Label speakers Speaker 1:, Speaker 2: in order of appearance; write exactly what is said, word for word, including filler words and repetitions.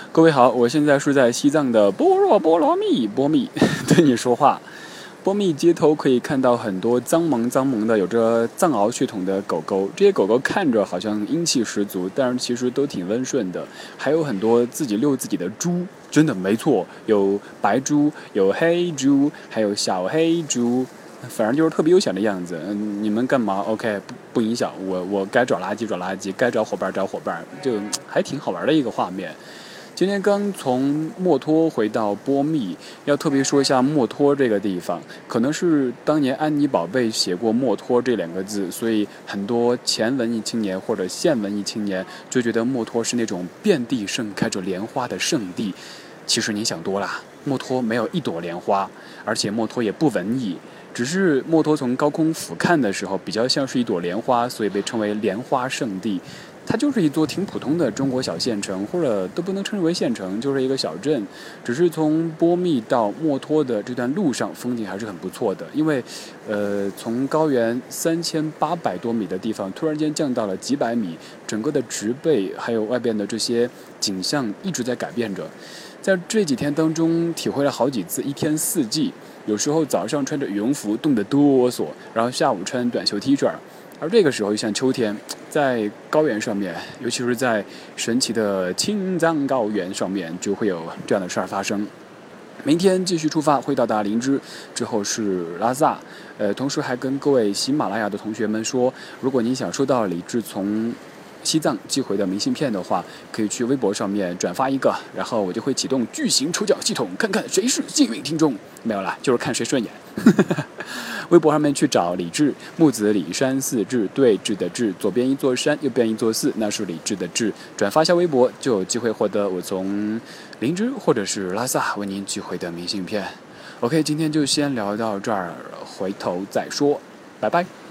Speaker 1: 各位好，我现在是在西藏的般若波罗蜜波密对你说话。波密街头可以看到很多脏萌脏萌的有着藏獒血统的狗狗，这些狗狗看着好像英气十足，但是其实都挺温顺的。还有很多自己遛自己的猪，真的没错，有白猪，有黑猪，还有小黑猪。反正就是特别悠闲的样子，嗯，你们干嘛 ？OK， 不不影响我，我该找垃圾找垃圾，该找伙伴找伙伴，就还挺好玩的一个画面。今天刚从墨脱回到波密，要特别说一下墨脱这个地方，可能是当年安妮宝贝写过墨脱这两个字，所以很多前文艺青年或者现文艺青年就觉得墨脱是那种遍地盛开着莲花的圣地。其实你想多了，墨脱没有一朵莲花，而且墨脱也不文艺。只是墨脱从高空俯瞰的时候比较像是一朵莲花，所以被称为莲花圣地。它就是一座挺普通的中国小县城，或者都不能称之为县城，就是一个小镇。只是从波密到墨脱的这段路上风景还是很不错的，因为呃从高原三千八百多米的地方突然间降到了几百米，整个的植被还有外边的这些景象一直在改变着。在这几天当中体会了好几次一天四季，有时候早上穿着羽绒服冻得哆嗦，然后下午穿短袖 T 恤，而这个时候就像秋天，在高原上面，尤其是在神奇的青藏高原上面，就会有这样的事儿发生。明天继续出发，会到达林芝，之后是拉萨。呃，同时还跟各位喜马拉雅的同学们说，如果你想收到李志从西藏寄回的明信片的话，可以去微博上面转发一个，然后我就会启动巨型抽奖系统，看看谁是幸运听众。没有啦，就是看谁顺眼。微博上面去找李志，木子李山寺志，对峙的志，左边一座山，右边一座寺，那是李志的志。转发一下微博，就有机会获得我从林芝或者是拉萨为您寄回的明信片。OK， 今天就先聊到这儿，回头再说，拜拜。